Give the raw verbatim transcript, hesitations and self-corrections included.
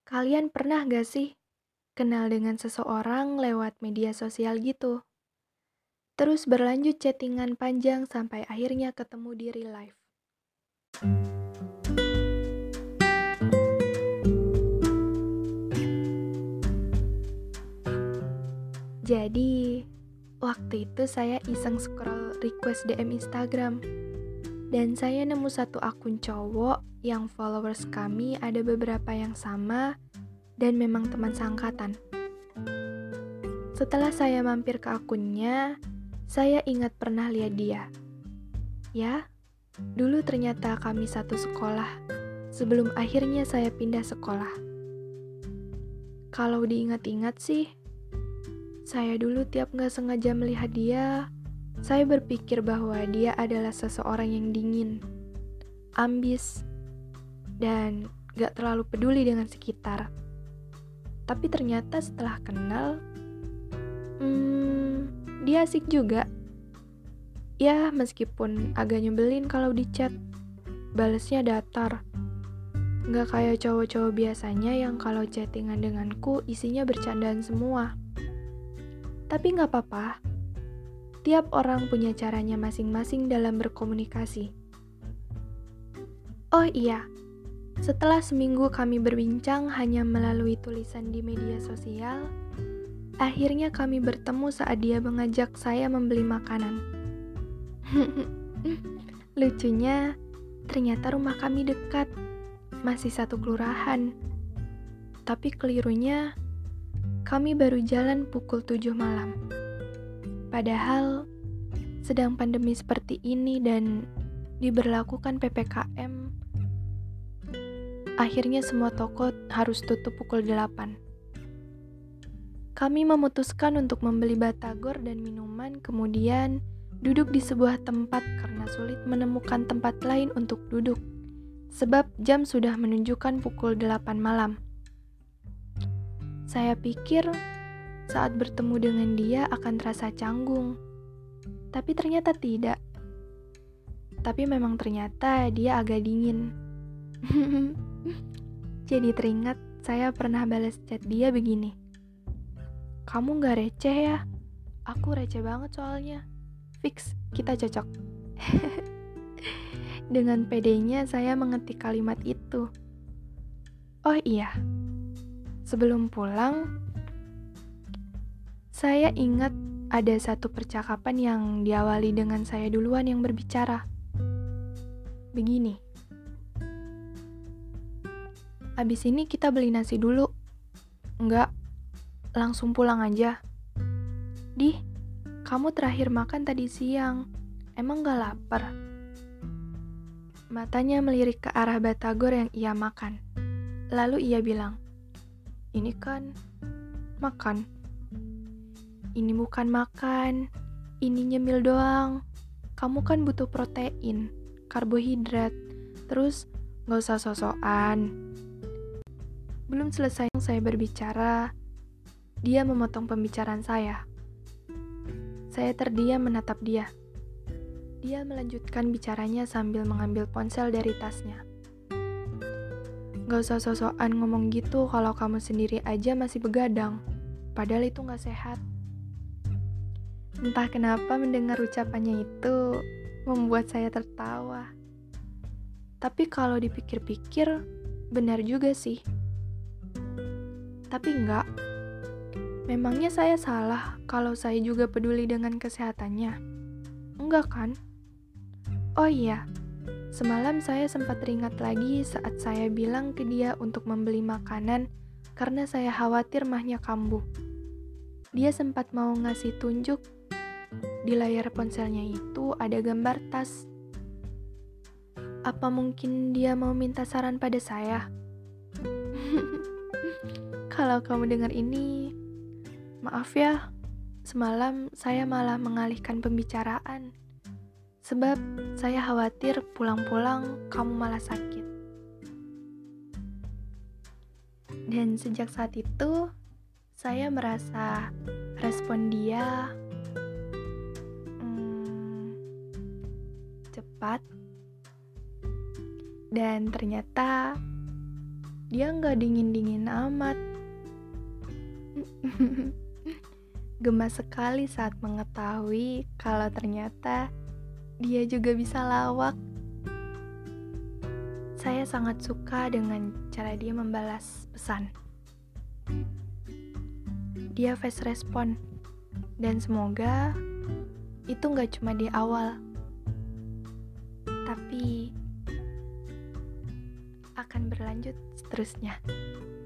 Kalian pernah gak sih kenal dengan seseorang lewat media sosial gitu? Terus berlanjut chattingan panjang sampai akhirnya ketemu di real life. Jadi, waktu itu saya iseng scroll request D M Instagram. Dan saya nemu satu akun cowok yang followers kami ada beberapa yang sama dan memang teman seangkatan. Setelah saya mampir ke akunnya, saya ingat pernah lihat dia. Ya, dulu ternyata kami satu sekolah, sebelum akhirnya saya pindah sekolah. Kalau diingat-ingat sih, saya dulu tiap gak sengaja melihat dia, saya berpikir bahwa dia adalah seseorang yang dingin, ambis, dan gak terlalu peduli dengan sekitar. Tapi ternyata setelah kenal, hmm, dia asik juga. Ya, meskipun agak nyebelin kalau di chat, balesnya datar. Gak kayak cowok-cowok biasanya yang kalau chattingan denganku isinya bercandaan semua. Tapi gak apa-apa, tiap orang punya caranya masing-masing dalam berkomunikasi. Oh iya, setelah seminggu kami berbincang hanya melalui tulisan di media sosial, akhirnya kami bertemu saat dia mengajak saya membeli makanan. Lucunya, ternyata rumah kami dekat, masih satu kelurahan. Tapi kelirunya, kami baru jalan pukul tujuh malam. Padahal, sedang pandemi seperti ini dan diberlakukan P P K M, akhirnya semua toko harus tutup pukul delapan. Kami memutuskan untuk membeli batagor dan minuman, kemudian duduk di sebuah tempat karena sulit menemukan tempat lain untuk duduk, sebab jam sudah menunjukkan pukul delapan malam. Saya pikir saat bertemu dengan dia akan terasa canggung, tapi ternyata tidak. Tapi memang ternyata dia agak dingin. Jadi teringat saya pernah balas chat dia begini. Kamu gak receh ya? Aku receh banget soalnya. Fix, kita cocok. Dengan pedenya saya mengetik kalimat itu. Oh iya, sebelum pulang, saya ingat ada satu percakapan yang diawali dengan saya duluan yang berbicara. Begini, abis ini kita beli nasi dulu. Enggak, langsung pulang aja. Dih, kamu terakhir makan tadi siang, emang gak lapar? Matanya melirik ke arah batagor yang ia makan. Lalu ia bilang, ini kan makan. Ini bukan makan, ini nyemil doang. Kamu kan butuh protein, karbohidrat, terus gak usah sosokan. Belum selesai saya berbicara, dia memotong pembicaraan saya. Saya terdiam menatap dia. Dia melanjutkan bicaranya sambil mengambil ponsel dari tasnya. Gak usah sosokan ngomong gitu kalau kamu sendiri aja masih begadang. Padahal itu gak sehat. Entah kenapa mendengar ucapannya itu membuat saya tertawa. Tapi kalau dipikir-pikir, benar juga sih. Tapi enggak. Memangnya saya salah kalau saya juga peduli dengan kesehatannya? Enggak kan? Oh iya, semalam saya sempat teringat lagi saat saya bilang ke dia untuk membeli makanan karena saya khawatir mahnya kambuh. Dia sempat mau ngasih tunjuk, di layar ponselnya itu ada gambar tas. Apa mungkin dia mau minta saran pada saya? Kalau kamu dengar ini, maaf ya, semalam saya malah mengalihkan pembicaraan. Sebab saya khawatir pulang-pulang kamu malah sakit. Dan sejak saat itu, saya merasa respon dia hmm, cepat. Dan ternyata dia nggak dingin-dingin amat. Gemas sekali saat mengetahui kalau ternyata dia juga bisa lawak. Saya sangat suka dengan cara dia membalas pesan. Dia fast respon, dan semoga itu nggak cuma di awal, tapi akan berlanjut seterusnya.